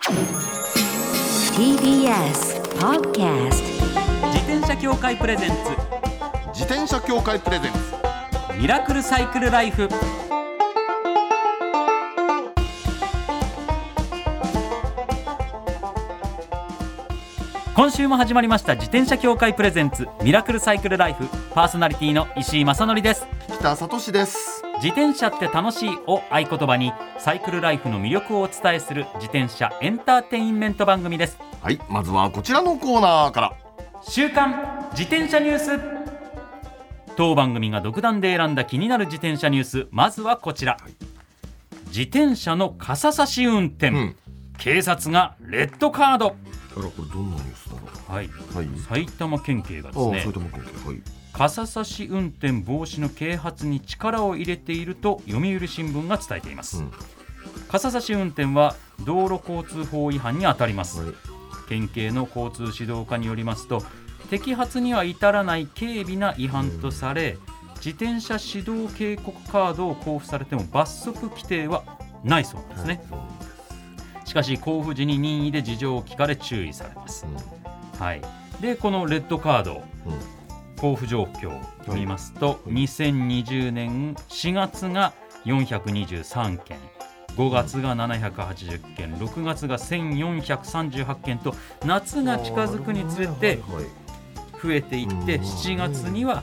TBS Podcast 自転車協会プレゼンツ自転車協会プレゼンツミラクルサイクルライフ。今週も始まりました自転車協会プレゼンツミラクルサイクルライフ。パーソナリティの石井正則です。 北里です。 自転車って楽しいを合言葉にサイクルライフの魅力をお伝えする自転車エンターテインメント番組です。 はい、まずはこちらのコーナーから。 週刊自転車ニュース。当番組が独断で選んだ気になる自転車ニュース、まずはこちら、自転車の傘差し運転、警察がレッドカード。 あら、これどんなニュースだろう。 はい、 はい、 埼玉県警がですね、 埼玉県警、はい、 傘差し運転防止の啓発に力を入れていると読売新聞が伝えています。傘差し運転は道路交通法違反に当たります。県警の交通指導課によりますと、摘発には至らない軽微な違反とされ、自転車指導警告カードを交付されても罰則規定はないそうなんですね。しかし交付時に任意で事情を聞かれ注意されます。はい、でこのレッドカード、交付状況を見ますと、2020年4月が423件、5月が780件、6月が1438件と夏が近づくにつれて増えていって、7月には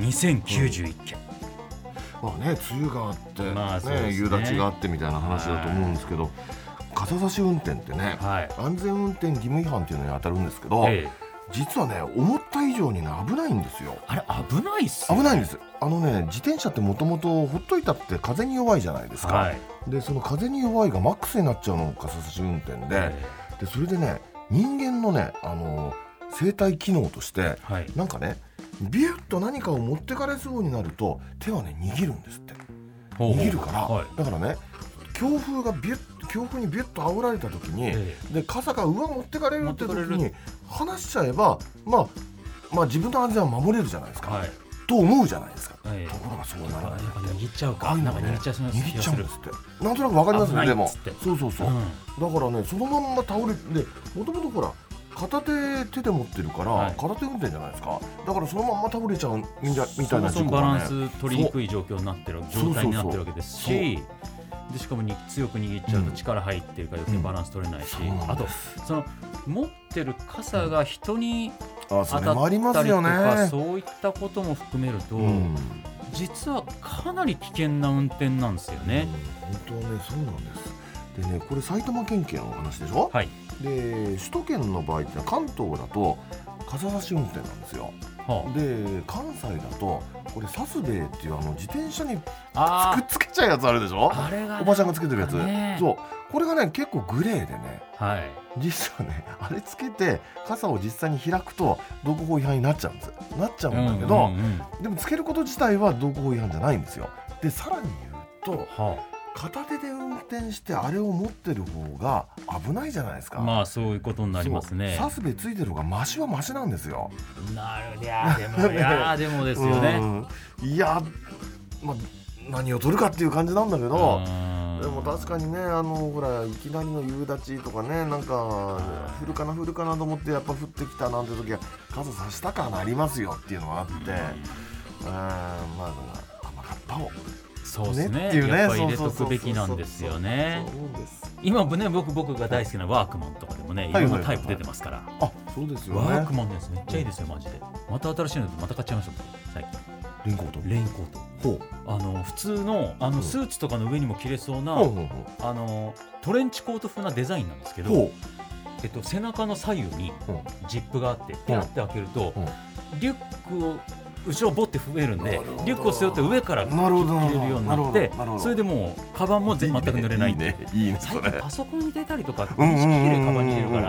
2091件。 まあね、梅雨があって、夕立があってみたいな話だと思うんですけど、傘差し運転ってね、安全運転義務違反っていうのに当たるんですけど、実はね、思った以上にね、危ないんですよ。 あれ危ないっすよね。 危ないんです。自転車ってもともとほっといたって風に弱いじゃないですか、でその風に弱いがマックスになっちゃうのが傘差し運転で、それでね、人間のね、生体機能として、なんかね、ビュッと何かを持ってかれそうになると手はね、握るんですって。握るから、だからね、強風にビュッと煽られた時に、で傘が上持ってかれるって時に離しちゃえば、まあ自分の安全は守れるじゃないですか、と思うじゃないですか、ところがそうならない。 握っちゃうか、なんか握っちゃうんですって。 なんとなく分かりますよね。でもそう、だからね、そのまんま倒れて、もともとほら片手で持ってるから、片手運転じゃないですか。だからそのまんま倒れちゃうみたいな事故がね、 そもそもバランス取りにくい状態になってるわけですし、でしかも強く握っちゃうと力入ってるから余計バランス取れないし、あとその持ってる傘が人に当たったりとか、そういったことも含めると、実はかなり危険な運転なんですよね。 本当ね、そうなんです。でね、これ埼玉県警のお話でしょ。で首都圏の場合って関東だと傘差し運転なんですよ。で関西だとこれサスベイっていう自転車にくっつけちゃうやつあるでしょ。おばちゃんがつけてるやつ、そう、これがね結構グレーでね、実はね、あれつけて傘を実際に開くと道交法違反になっちゃうんだけど、でもつけること自体は道交法違反じゃないんですよ。でさらに言うと、片手で運転してあれを持ってる方が危ないじゃないですか。 まあそういうことになりますね。 サスベついてる方がマシはマシなんですよ。 なるほど。でもですよね。 いや、何を取るかっていう感じなんだけど、でも確かにね、ほらいきなりの夕立とかね、なんか降るかなと思ってやっぱ降ってきたなんて時は傘差したかなりますよっていうのがあって、甘かったをそうですね、やっぱり入れとくべきなんですよね。今もね、僕が大好きなワークマンとかでもね、いろんなタイプ出てますから。 そうですよね。 ワークマンのやつめっちゃいいですよ、マジで。また新しいのでまた買っちゃいました最近。レインコート。普通のスーツとかの上にも着れそうなトレンチコート風なデザインなんですけど、背中の左右にジップがあって、ピャって開けるとリュックを後ろボッて増えるんで、リュックを背負って上から着れるようになって、それでもうカバンも全く濡れないんで、最近パソコンに出たりとか意識切れカバンに入れるから、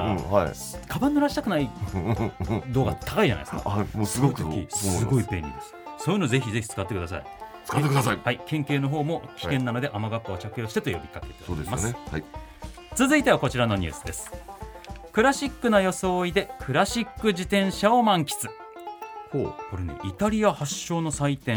カバン濡らしたくない動画高いじゃないですか。 もうすごくすごい便利です。そういうのぜひぜひ使ってください。はい、県警の方も危険なので雨がっぱを着用してと呼びかけております。続いてはこちらのニュースです。クラシックな装いでクラシック自転車を満喫。これね、イタリア発祥の祭典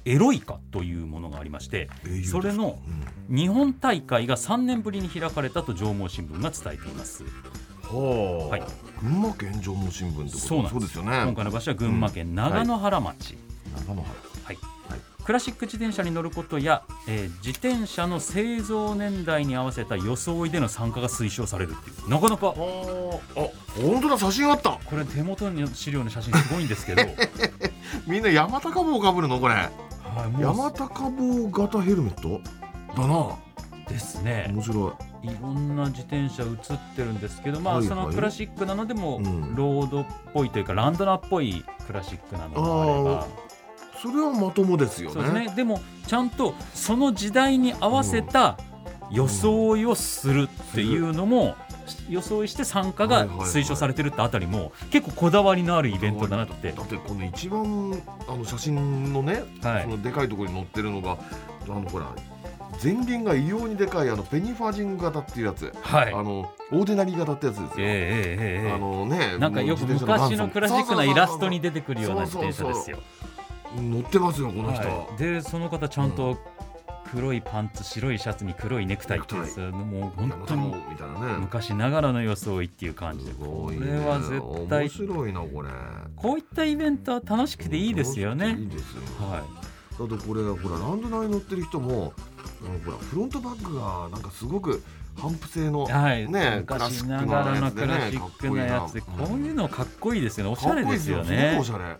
エロイカというものがありまして、それの日本大会が3年ぶりに開かれたと上毛新聞が伝えています。 はい、群馬県上毛新聞ってこと。そうですよね。 今回の場所は群馬県長野原町、 長野原、 はい、クラシック自転車に乗ることや、自転車の製造年代に合わせた装いでの参加が推奨されるっていう、なかなか本当だ、写真あった。 これ手元の資料の写真すごいんですけどみんな山高帽をかぶるのこれ、山高帽型ヘルメットだな。 ですね。 面白い。いろんな自転車映ってるんですけど、そのクラシックなのでも、ロードっぽいというかランドナーっぽいクラシックなのがあれば、 それはまともですよね。 そうですね。でもちゃんとその時代に合わせた装いをするっていうのも、装いして参加が推奨されてるってあたりも結構こだわりのあるイベントだなって。 だってこの一番写真のね、そのでかいところに載ってるのがほら前輪が異様にでかいペニファージング型っていうやつ、オーディナリー型ってやつですよ。 なんかよく昔のクラシックなイラストに出てくるような自転車ですよ。 乗ってますよこの人、 でその方ちゃんと黒いパンツ、白いシャツに黒いネクタイっていう、もう本当に昔ながらの装いっていう感じで、これは絶対面白いな。 こういったイベントは楽しくていいですよね。 いいですよ。だってこれほらランドナーに乗ってる人もほらフロントバッグがなんかすごくハンプ製の、 昔ながらのクラシックなやつで、こういうのかっこいいですよね。おしゃれですよね。 おしゃれ。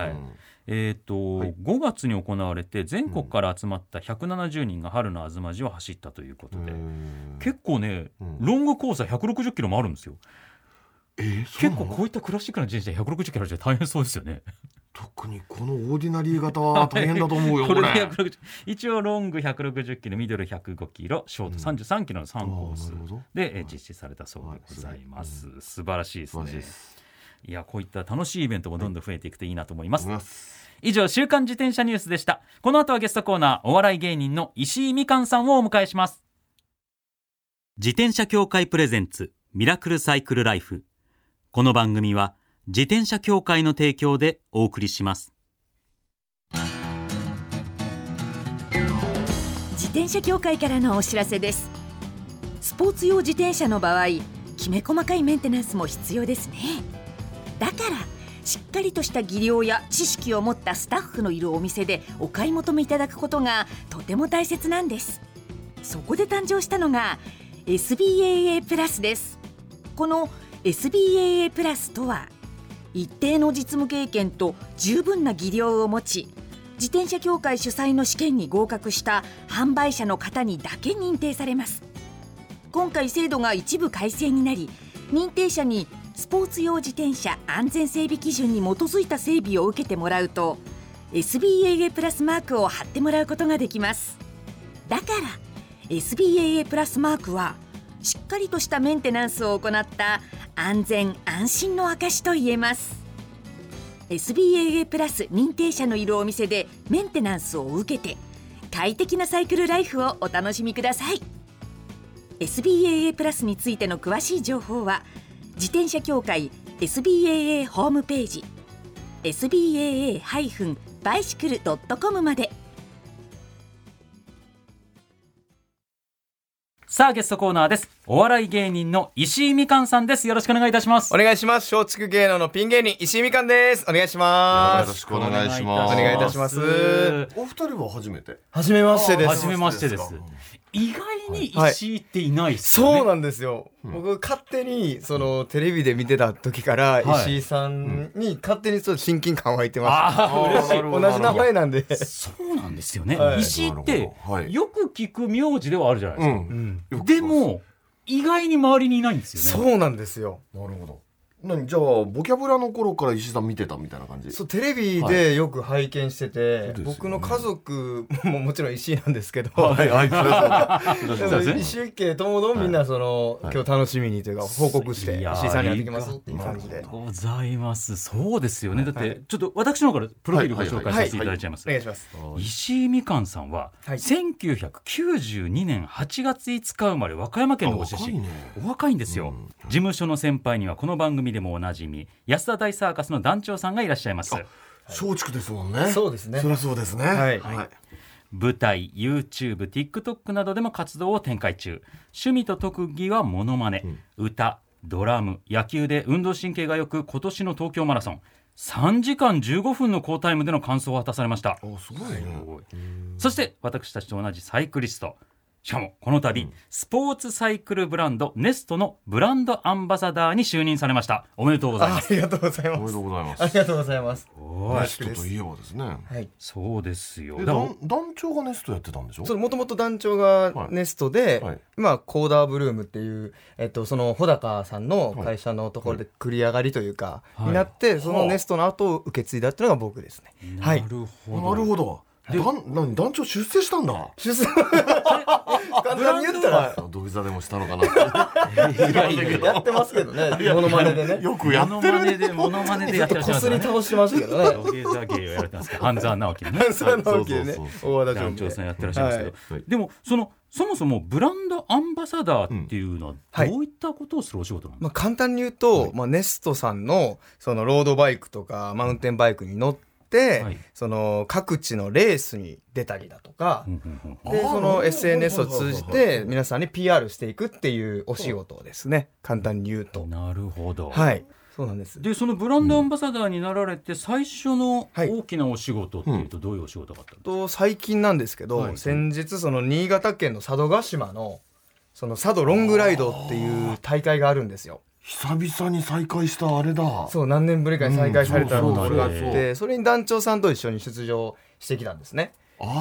5月に行われて全国から集まった170人が春のあずま路を走ったということで、結構ね、ロングコースは160キロもあるんですよ。結構こういったクラシックな自転車160キロじゃ大変そうですよね。 特にこのオーディナリー型は大変だと思うよ。これ一応ロング160キロ、ミドル105キロ、ショート33キロの3コースで実施されたそうでございます。素晴らしいですね。いや、こういった楽しいイベントもどんどん増えていくといいなと思います。以上、週刊自転車ニュースでした。この後はゲストコーナー、お笑い芸人の石井みかんさんをお迎えします。自転車協会プレゼンツミラクルサイクルライフ。この番組は自転車協会の提供でお送りします。 自転車協会からのお知らせです。スポーツ用自転車の場合、きめ細かいメンテナンスも必要ですね。だからしっかりとした技量や知識を持ったスタッフのいるお店でお買い求めいただくことがとても大切なんです。そこで誕生したのが SBAA プラスです。この SBAA プラスとは、一定の実務経験と十分な技量を持ち、自転車協会主催の試験に合格した販売者の方にだけ認定されます。今回制度が一部改正になり、認定者にスポーツ用自転車安全整備基準に基づいた整備を受けてもらうと SBAA プラスマークを貼ってもらうことができます。だから SBAA プラスマークはしっかりとしたメンテナンスを行った安全安心の証と言えます。 SBAA プラス認定者のいるお店でメンテナンスを受けて快適なサイクルライフをお楽しみください。 SBAA プラスについての詳しい情報は自転車協会 SBAA ホームページ SBAA-bicycle.com まで。 さあ、ゲストコーナーです。お笑い芸人の石井みかんさんです。よろしくお願いいたします。 お願いします。松竹芸能のピン芸人石井みかんです。お願いします。 よろしくお願いします。 お願いいたします。 お二人は初めて？ 初めましてです。 初めましてです。意外に石井っていないですよね。そうなんですよ。僕勝手にテレビで見てた時から石井さんに勝手に親近感湧いてました。嬉しい。同じ名前なんで。 そうなんですよね。石井ってよく聞く名字ではあるじゃないですか。でも意外に周りにいないんですよね。そうなんですよ。 なるほど。じゃあボキャブラの頃から石井さん見てたみたいな感じ？ そう、テレビでよく拝見してて、僕の家族ももちろん石井なんですけど、石井家ともどもみんな今日楽しみにというか報告して石井さんに会ってきますっていう感じで。 ございます。そうですよね。だってちょっと私の方からプロフィールご紹介させていただいちゃいます。 お願いします。 石井みかんさんは1992年8月5日生まれ、和歌山県のご出身。お若いんですよ。事務所の先輩にはこの番組でもおなじみ安田大サーカスの団長さんがいらっしゃいます。 松竹ですもんね。 そうですね。 そりゃそうですね。 はい。 舞台、YouTube、TikTok などでも活動を展開中。趣味と特技はモノマネ、歌、ドラム、野球で運動神経が良く、今年の東京マラソン3時間15分の好タイムでの完走を果たされました。 すごいね。 そして私たちと同じサイクリスト、しかもこの度、スポーツサイクルブランドネストのブランドアンバサダーに就任されました。おめでとうございます。 ありがとうございます。 おめでとうございます。 ありがとうございます。 ネストといえばですね。 はい。 そうですよ。 団長がネストやってたんでしょ。 もともと団長がネストで、今コーダーブルームっていうその穂高さんの会社のところで繰り上がりというかになって、そのネストの後を受け継いだっていうのが僕ですね。 なるほど。 団長出世したんだ。 出世簡単に言ったら土下座でもしたのかなってやってますけどね。モノマネでね。 よくやってる。 モノマネでやってらっしゃいますね。 こすり倒してましたけどね。 土下座芸をやられてますけど、半沢直樹ね。 半沢直樹でね。大和田団長さんやってらっしゃいますけど、でもそもそもブランドアンバサダーっていうのはどういったことをするお仕事なんですか。 簡単に言うと、ネストさんのそのロードバイクとかマウンテンバイクに乗ってその各地のレースに出たりだとか、でその SNS を通じて皆さんに PR していくっていうお仕事ですね。簡単に言うと。 なるほど。 はい。そうなんです。 でそのブランドアンバサダーになられて最初の大きなお仕事っていうとどういうお仕事だったんですか。 最近なんですけど、先日その新潟県の佐渡島のその佐渡ロングライドっていう大会があるんですよ。 久々に再開したあれだ。 そう、何年ぶりかに再開されたのがあって、それに団長さんと一緒に出場してきたんですね。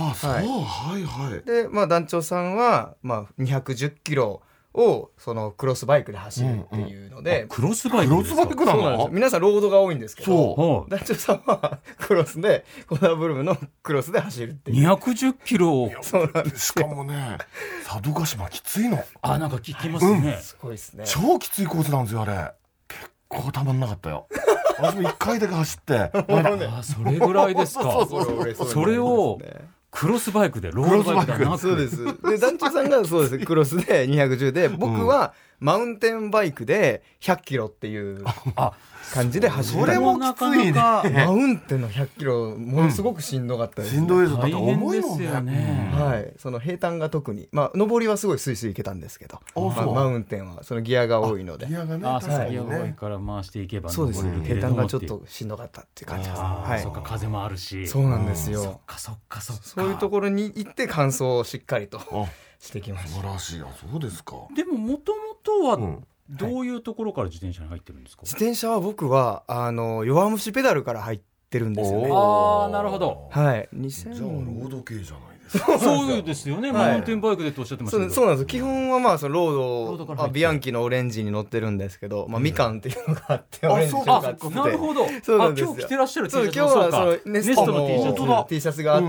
で、団長さんは210キロをそのクロスバイクで走るっていうので、 クロスバイクですか。 なの。 皆さんロードが多いんですけど、団長さんはクロスでコーダーブルームのクロスで走るっていう。 210キロ。 そうなんです。 しかもね、佐渡島きついの。 なんか聞きますね。 すごいですね。 超きついコースなんですよあれ。結構たまんなかったよ。私も1回だけ走って。 それぐらいですか。それをクロスバイクでロードバイクでなく。 そうです。で団長さんがそうです。クロスで210で、僕はマウンテンバイクで100キロっていう感じで走る。 それもきついね。 マウンテンの100キロものすごくしんどかったです。 しんどいです。だって重いもんね。 はい。その平坦が特に上りはすごいスイスイ行けたんですけど、マウンテンはそのギアが多いので。 ギアがね。 ギアが多いから回していけば。 そうですね。平坦がちょっとしんどかったっていう感じです。はい。 そっか、風もあるし。 そうなんですよ。 そっか。 そういうところに行って完走をしっかりとしてきました。 素晴らしい。そうですか。 でももともとはどういうところから自転車に入ってるんですか。 自転車は僕は弱虫ペダルから入ってるんですよね。 なるほど。 はい。 じゃあロード系じゃない。 そうですよね。マウンテンバイクでとおっしゃってましたけど。 そうなんです。基本はそのロードビアンキのオレンジに乗ってるんですけど、みかんっていうのがあってオレンジがあって。 なるほど。今日着てらっしゃる T シャツ。 今日はそのネストの T シャツがあって、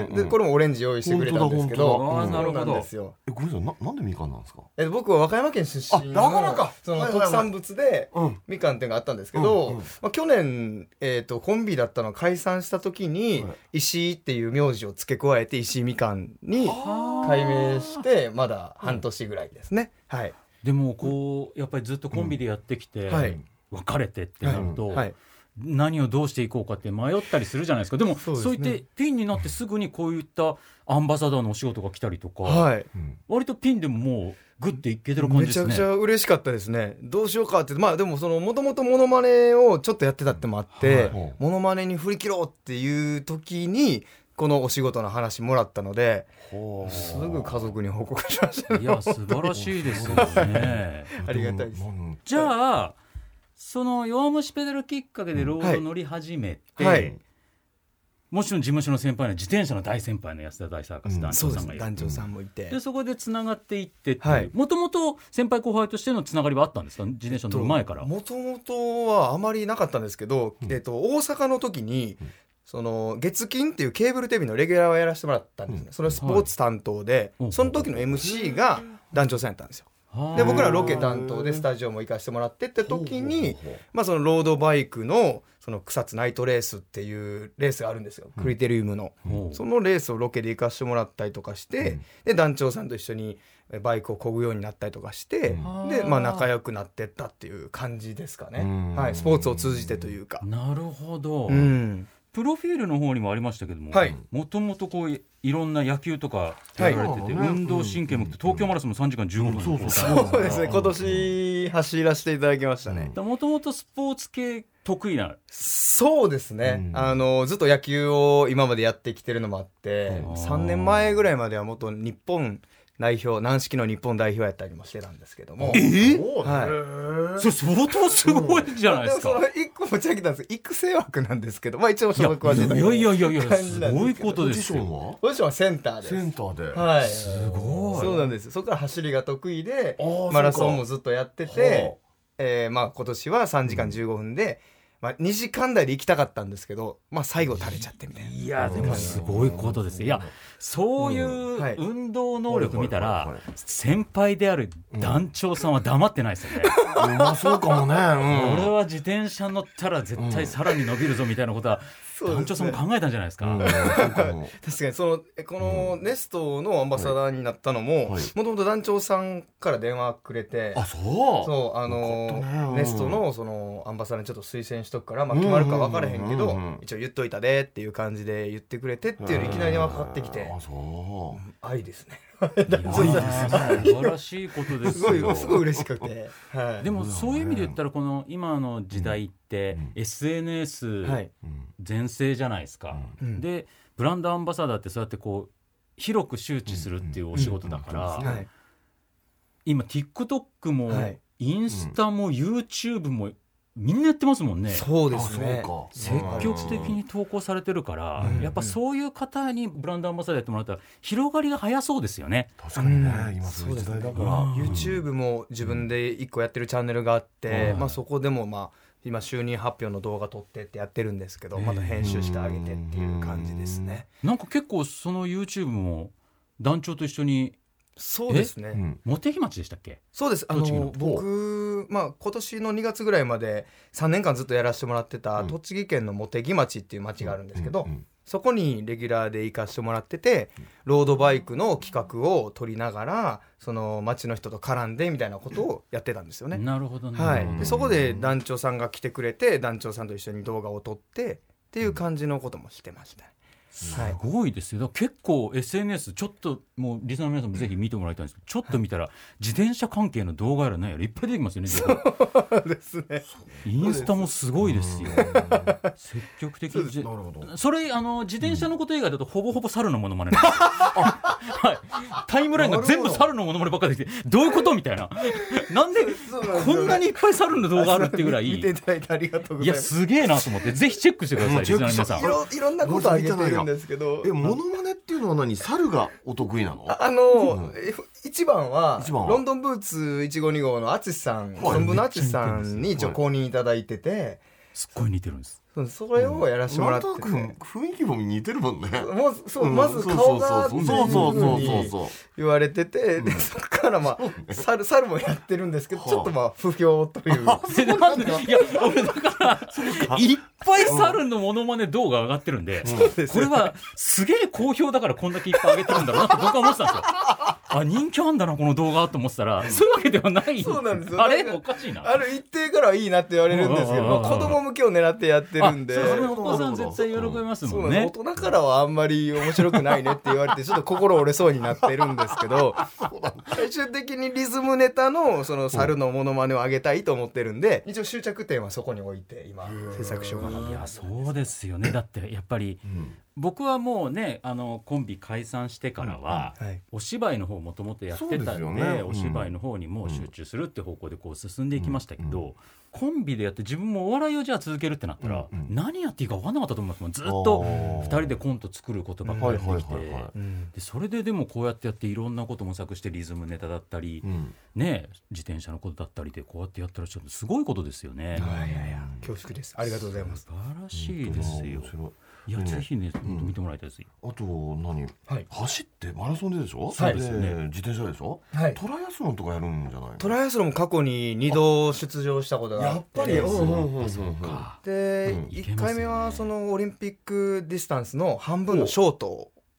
でこれもオレンジ用意してくれたんですけど。 なるほど。 ごめんなさい。なんでみかんなんですか。 僕は和歌山県出身のその特産物でみかんっていうのがあったんですけど、去年コンビだったの解散した時に石井っていう名字を付け加えて石井みかんに改名してまだ半年ぐらいですね。はい。 でもやっぱりずっとコンビでやってきて別れてってなると何をどうしていこうかって迷ったりするじゃないですか。でもそう言ってピンになってすぐにこういったアンバサダーのお仕事が来たりとか、割とピンでももうグッていけてる感じですね。 めちゃくちゃ嬉しかったですね。どうしようかってでももともとモノマネをちょっとやってたってもあって、モノマネに振り切ろうっていう時にこのお仕事の話もらったので、すぐ家族に報告しました。 いや素晴らしいですよね。 ありがたいです。 じゃあその弱虫ペダルきっかけでロード乗り始めて、もちろん事務所の先輩の自転車の大先輩の安田大サーカス団長さんがいる。 団長さんもいて、 でそこでつながっていってもともと先輩後輩としてのつながりはあったんですか。自転車乗る前から。 もともとはあまりなかったんですけど、大阪の時にその月金っていうケーブルテレビのレギュラーをやらせてもらったんですね。それはスポーツ担当で、その時の MC が団長さんやったんですよ。で僕らロケ担当でスタジオも行かせてもらってって時に、そのロードバイクのその草津ナイトレースっていうレースがあるんですよ。クリテリウムのそのレースをロケで行かせてもらったりとかして、で団長さんと一緒にバイクを漕ぐようになったりとかして、で仲良くなってったっていう感じですかね。はい。スポーツを通じてというか。 なるほど。 プロフィールの方にもありましたけども、もともとこういろんな野球とかやられてて、運動神経も東京マラソンも3時間15分、 そうですね、今年走らせていただきましたね。 もともとスポーツ系得意な。 そうですね、ずっと野球を今までやってきてるのもあって、3年前ぐらいまでは元日本代表、軟式の日本代表やったりもしてたんですけども。 それ相当すごいじゃないですか。 でもその1個持ち上げたんですけど、育成枠なんですけど、一応所属はしてた。 いやすごいことですよ。 ポジションはセンターです。 センターで、 はい、 すごい。 そうなんです。そこから走りが得意でマラソンもずっとやってて、今年は3時間15分で、2時間台で行きたかったんですけど、最後垂れちゃってみたいな。 いやでもすごいことですよ。いやそういう運動能力見たら、先輩である団長さんは黙ってないですよね。 そうかもね。 俺は自転車乗ったら絶対さらに伸びるぞみたいなことは団長さんも考えたんじゃないですか。 確かにこのネストのアンバサダーになったのももともと団長さんから電話くれて、ネストのそのアンバサダーにちょっと推薦しとくから、決まるか分からへんけど一応言っといたでっていう感じで言ってくれてっていうのいきなり電話かかってきて、愛ですね。素晴らしいことですよ。 すごい嬉しくて、 でもそういう意味で言ったらこの今の時代って、SNS 全盛じゃないですか。でブランドアンバサダーってそうやってこう広く周知するっていうお仕事だから、今 TikTok もインスタも YouTube もみんなやってますもんね。 そうですね。 積極的に投稿されてるから、やっぱそういう方にブランドアンバサダーやってもらったら広がりが早そうですよね。 確かにね、今そういう時代だから。 YouTube も自分で1個やってるチャンネルがあって、そこでも今就任発表の動画撮ってってやってるんですけど、また編集してあげてっていう感じですね。 なんか結構その YouTube も団長と一緒に。 そうですね。 茂木町でしたっけ？ そうです。僕今年の2月ぐらいまで3年間ずっとやらせてもらってた栃木県の茂木町っていう町があるんですけど、そこにレギュラーで行かせてもらってて、ロードバイクの企画を取りながらその町の人と絡んでみたいなことをやってたんですよね。 なるほどね。 でそこで団長さんが来てくれて、団長さんと一緒に動画を撮ってっていう感じのこともしてました。 すごいですよ。結構 SNS ちょっともうリスナーの皆さんもぜひ見てもらいたいんですけど、ちょっと見たら自転車関係の動画やら何やらいっぱい出てきますよね。 そうですね。 インスタもすごいですよ。積極的に。それ自転車のこと以外だとほぼほぼ猿のモノマネなんです。タイムラインが全部猿のモノマネばっかりできて、どういうことみたいな。なんでこんなにいっぱい猿の動画あるっていうぐらい。 見ていただいてありがとうございます。 いやすげえなと思って、ぜひチェックしてください。リスナーの皆さん。 いろんなことあげてるんですけど、 モノマネっていうのは何？猿がお得意なの？ 一番はロンドンブーツ152号の淳さん、本部の淳さんに一応公認いただいてて、 すっごい似てるんです。 それをやらせてもらってて、 雰囲気も似てるもんね。 まず顔がっていうふうに言われてて、そこから猿もやってるんですけど、ちょっと不評という。いや俺だからいっぱい猿のモノマネ動画上がってるんで、これはすげえ好評だからこんだけいっぱい上げてるんだろうなって僕は思ってたんですよ。人気あんだなこの動画と思ってたら、そういうわけではない。 そうなんですよ。 あれおかしいな。 一定からはいいなって言われるんですけど、子供向けを狙ってやってるんで、 お子さん絶対喜びますもんね。 大人からはあんまり面白くないねって言われて、ちょっと心折れそうになってるんですけど、最終的にリズムネタのその猿のモノマネを上げたいと思ってるんで、一応終着点はそこに置いて今制作しようかなと。 いやそうですよね。だってやっぱり、僕はもうねコンビ解散してからは、お芝居の方もともとやってたんで、お芝居の方にも集中するって方向でこう進んでいきましたけど、コンビでやって自分もお笑いをじゃあ続けるってなったら、何やっていいか分かんなかったと思いますもん。ずっと2人でコント作ることばっかりやってきて、でそれででもこうやってやっていろんなこと模索してリズムネタだったり、ね、自転車のことだったりでこうやってやったらちょっとすごいことですよね。 恐縮です。ありがとうございます。 素晴らしいですよ。いやぜひね見てもらいたいですよ。 あと走ってマラソンででしょ。 そうですね。 自転車でしょ。トライアスロンとかやるんじゃない？ トライアスロンも過去に2度出場したことがあって、やっぱりで1回目はそのオリンピックディスタンスの半分のショートを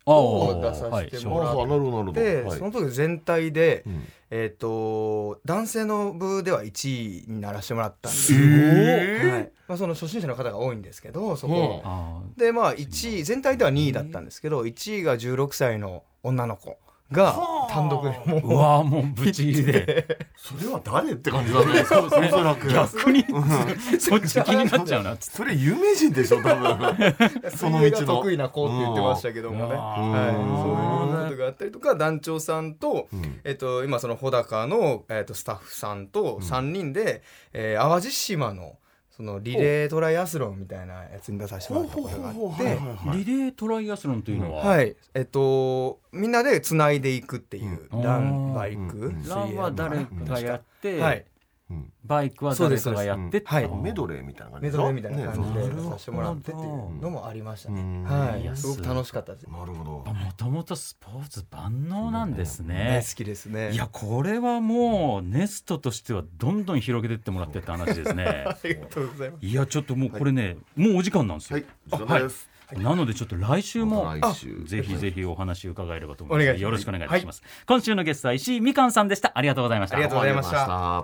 を出させてもらって、 はい、 その時全体で、男性の部では1位にならせてもらったんですはい、その初心者の方が多いんですけど、そこで1位全体では2位だったんですけど、1位が16歳の女の子が単独でもうぶち入りでそれは誰って感じだね。 そうですね、逆にそっち気になっちゃうな。 それ有名人でしょ多分その道の得意な子って言ってましたけどもね、そういうことがあったりとか、団長さんと、今その穂高の、スタッフさんと3人で、淡路島のそのリレートライアスロンみたいなやつに出させてもらったことがあって、 リレートライアスロンというのは、 はい、みんなでつないでいくっていうランバイク、 ランは誰かがやって、 はい、 バイクは誰かがやって、 はい、 メドレーみたいな感じメドレーみたいな感じで出させてもらってっていうのもありましたね。はい、すごく楽しかったです。 なるほど。 もともとスポーツ万能なんですね。 好きですね。 いや、これはもうネストとしてはどんどん広げていってもらってって話ですね。 ありがとうございます。 いや、ちょっともうこれね、もうお時間なんですよ。 はい、 なのでちょっと来週もぜひぜひお話伺えればと思います。よろしくお願いします。今週のゲストは石井みかんさんでした。ありがとうございました。 ありがとうございました。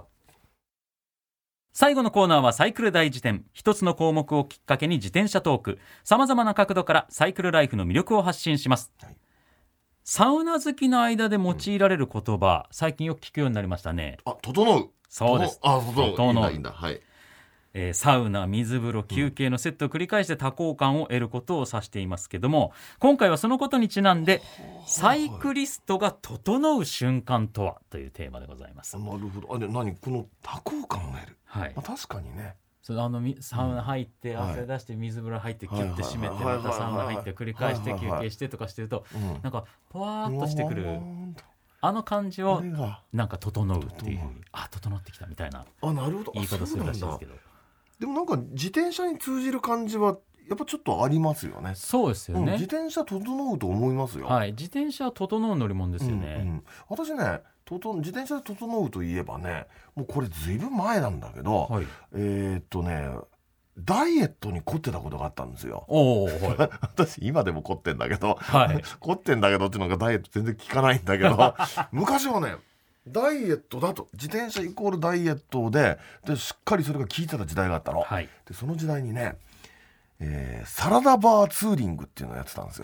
最後のコーナーはサイクル大辞典。一つの項目をきっかけに自転車トーク、さまざまな角度からサイクルライフの魅力を発信します。サウナ好きの間で用いられる言葉、最近よく聞くようになりましたね。 整う。 そうです。 整う。いいんだ。はい。 サウナ、水風呂、休憩のセットを繰り返して多幸感を得ることを指していますけども、今回はそのことにちなんでサイクリストが整う瞬間とはというテーマでございます。 なるほど。何この多幸感を得る、はい、確かにね。 サウナ入って汗出して水風呂入ってキュッて閉めてまたサウナ入って繰り返して休憩してとかしてると、なんかポワーっとしてくるあの感じをなんか整うっていう、整ってきたみたいな言い方するらしいですけど、 でもなんか自転車に通じる感じはやっぱちょっとありますよね。 そうですよね、 自転車整うと思いますよ。 はい、自転車は整う乗り物ですよね。 私ね、自転車で整うといえばね、もうこれずいぶん前なんだけど、はい、ダイエットに凝ってたことがあったんですよ。私今でも凝ってんだけど、凝ってんだけどっていうのがダイエット全然効かないんだけど昔はね、ダイエットだと自転車イコールダイエットでしっかりそれが効いてた時代があったの、はい、でその時代にね、サラダバーツーリングっていうのをやってたんですよ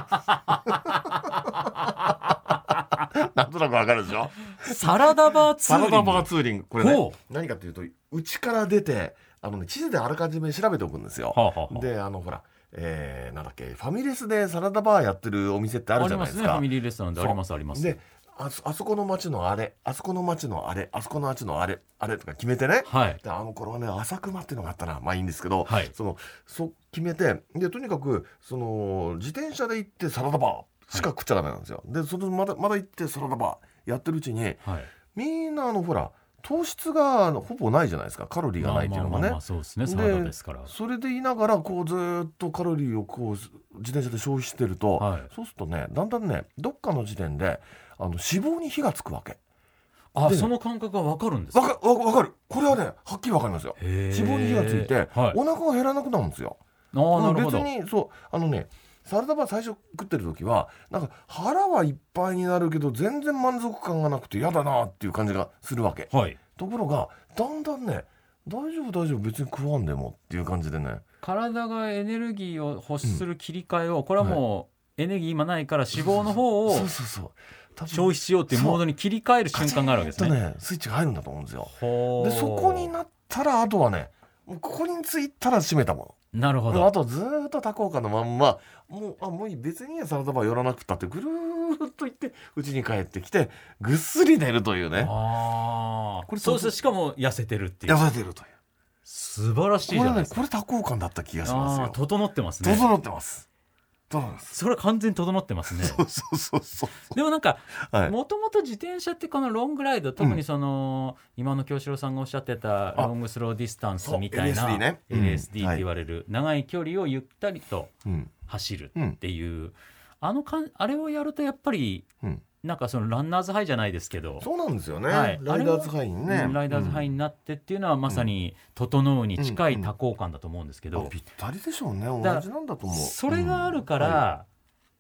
なんとなくわかるでしょ。 サラダバーツーリング。 サラダバーツーリング、これね、何かというと家から出て地図であらかじめ調べておくんですよ。でほらなんだっけ、ファミレスでサラダバーやってるお店ってあるじゃないですか。 ありますね、ファミリーレストランでありますあります。 であそこの町のあれ、あそこの町のあれ、あそこの町のあれとか決めてね、はい、で頃はね朝熊っていうのがあったな、まあいいんですけど、はい、そう決めて、でとにかく自転車で行ってサラダバーしか食っちゃダメなんですよ。でまだ行ってサラダバーやってるうちに、はい、みんなほら糖質がほぼないじゃないですか、カロリーがないっていうのがね。 そうですね、サラダですから。 それでいながらこうずっとカロリーをこう自転車で消費してると、はい、そうするとね、だんだんねどっかの時点で脂肪に火がつくわけ。 その感覚が分かるんですか。 分かる。これはねはっきり分かりますよ。脂肪に火がついて、はい、お腹が減らなくなるんですよ。 なるほど。 別にサラダバー最初食ってる時はなんか腹はいっぱいになるけど全然満足感がなくて嫌だなっていう感じがするわけ、はい、ところがだんだんね、大丈夫別に食わんでもっていう感じでね、 体がエネルギーを欲する切り替えを、これはもうエネルギー今ないから脂肪の方を消費しようっていうモードに切り替える瞬間があるわけですね。 スイッチが入るんだと思うんですよ。でそこになったらあとはね、もうここについたら閉めたもの。 なるほど。 あとずっと多幸感のまんま、もう別にサラダバー寄らなくたってぐるーっと行って家に帰ってきてぐっすり寝るというね。 これそうです。しかも痩せてるっていう。 痩せてるという。 素晴らしいじゃないですか。 これ多幸感だった気がしますよ。 整ってますね。 整ってます。 それは完全に整ってますね。でもなんかもともと自転車ってこのロングライド、特に今の京志郎さんがおっしゃってたロングスローディスタンスみたいな LSD って言われる長い距離をゆったりと走るっていう、あれをやるとやっぱりなんかランナーズハイじゃないですけど、 そうなんですよね、はい、ライダーズハイにね、 ライダーズハイになってっていうのはまさに整うに近い多幸感だと思うんですけど、 ぴったりでしょうね。同じなんだと思う。 それがあるから、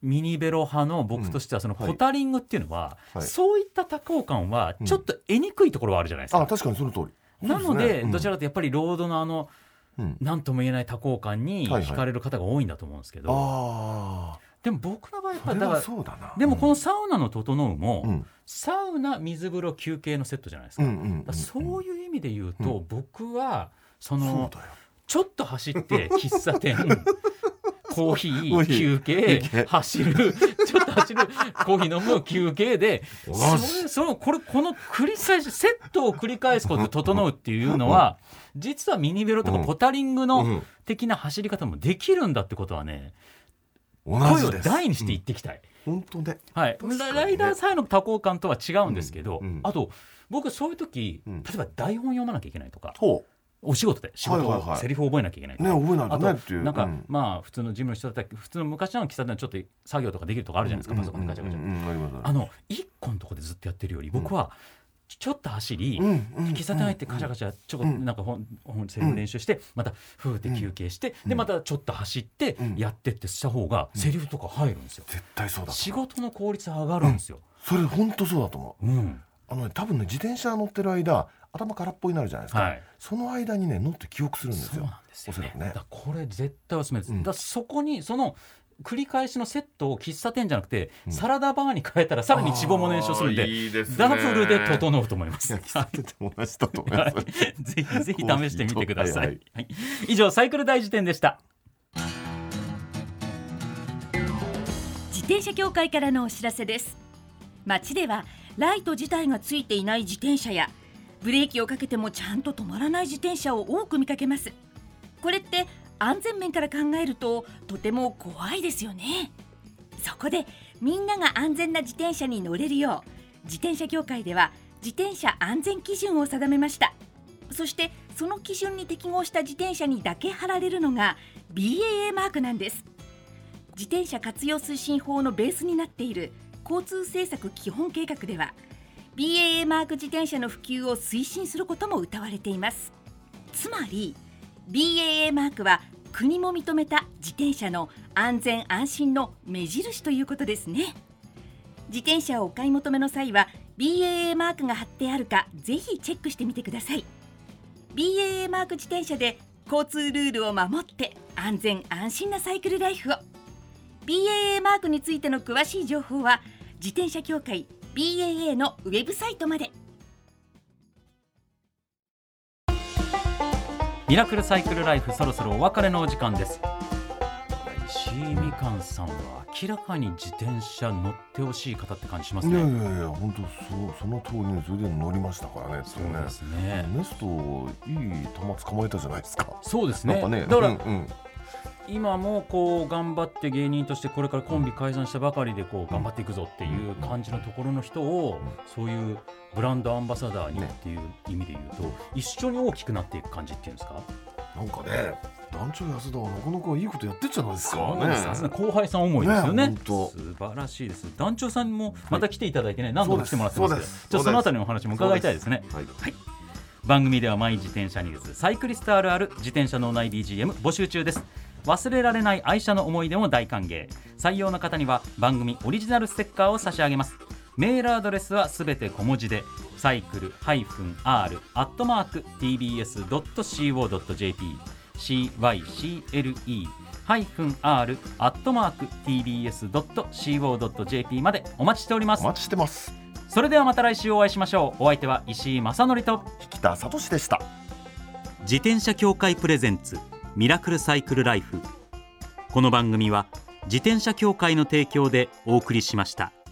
ミニベロ派の僕としてはそのポタリングっていうのは、そういった多幸感はちょっと得にくいところはあるじゃないですか。 確かにその通りなので、どちらかというとやっぱりロードの何とも言えない多幸感に惹かれる方が多いんだと思うんですけど、でも僕の場合はだからでもこのサウナの整うも、サウナ水風呂休憩のセットじゃないですか。そういう意味で言うと、僕はそのちょっと走って喫茶店コーヒー休憩走るちょっと走るコーヒー飲む休憩でこの繰り返しセットを繰り返すことで整うっていうのは実はミニベロとかポタリングの的な走り方もできるんだってことはね、声を大にして言っていきたい。 本当で、 ライダーさえの多幸感とは違うんですけど、あと僕そういう時、例えば台本読まなきゃいけないとか、お仕事でセリフを覚えなきゃいけないとか、あとなんかまあ普通の事務の人だったら普通の昔の喫茶店ちょっと作業とかできるとかあるじゃないですか、パソコンでガチャガチャ1個のとこでずっとやってるより、僕はちょっと走り、喫茶店入ってガチャガチャちょっとなんかセリフ練習して、またふーって休憩して、でまたちょっと走ってやってってした方がセリフとか入るんですよ。 絶対そうだ。 仕事の効率上がるんですよ。 それ本当そうだと思う。多分ね、自転車乗ってる間頭空っぽになるじゃないですか、その間にね乗って記憶するんですよ。そうなんですよね。おそらくね。これ絶対おすすめです。だそこにその繰り返しのセットを喫茶店じゃなくて、サラダバーに変えたらさらに脂肪も燃焼するんで、ダブルで整うと思います。喫茶店でも同じだと思います。 ぜひぜひ試してみてください。以上サイクル大辞典でした。 自転車協会からのお知らせです。街ではライト自体がついていない自転車やブレーキをかけてもちゃんと止まらない自転車を多く見かけます。これって安全面から考えるととても怖いですよね。そこでみんなが安全な自転車に乗れるよう、自転車協会では自転車安全基準を定めました。そしてその基準に適合した自転車にだけ貼られるのが BAA マークなんです。自転車活用推進法のベースになっている交通政策基本計画では BAA マーク自転車の普及を推進することも謳われています。つまり BAA マークは国も認めた自転車の安全安心の目印ということですね。自転車をお買い求めの際は BAA マークが貼ってあるかぜひチェックしてみてください。 BAA マーク自転車で交通ルールを守って安全安心なサイクルライフを。 BAA マークについての詳しい情報は自転車協会 BAA のウェブサイトまで。 ミラクルサイクルライフ、そろそろお別れのお時間です。石井みかんさんは明らかに自転車乗ってほしい方って感じしますね。 いや本当その通りにそれで乗りましたからね。 そうですね。 ネストいい球捕まえたじゃないですか。 そうですね。だから、今もこう頑張って芸人としてこれからコンビ解散したばかりでこう頑張っていくぞっていう感じのところの人をそういうブランドアンバサダーにっていう意味で言うと一緒に大きくなっていく感じっていうんですか。 なんかね、団長安田はなかなかいいことやってるじゃないですか。 そうですね。後輩さん思いですよね。 素晴らしいです。団長さんもまた来ていただいてね、何度も来てもらってますけど、じゃあそのあたりのお話も伺いたいですね。番組ではマイ自転車ニュース、サイクリストあるある、自転車脳内 BGM 募集中です。忘れられない愛車の思い出も大歓迎。採用の方には番組オリジナルステッカーを差し上げます。メールアドレスはすべて小文字でサイクル-r@tbs.co.jp cycler-r@tbs.co.jp までお待ちしております。 お待ちしてます。 それではまた来週お会いしましょう。お相手は石井正則と引田聡でした。 自転車協会プレゼンツミラクルサイクルライフ。この番組は自転車協会の提供でお送りしました。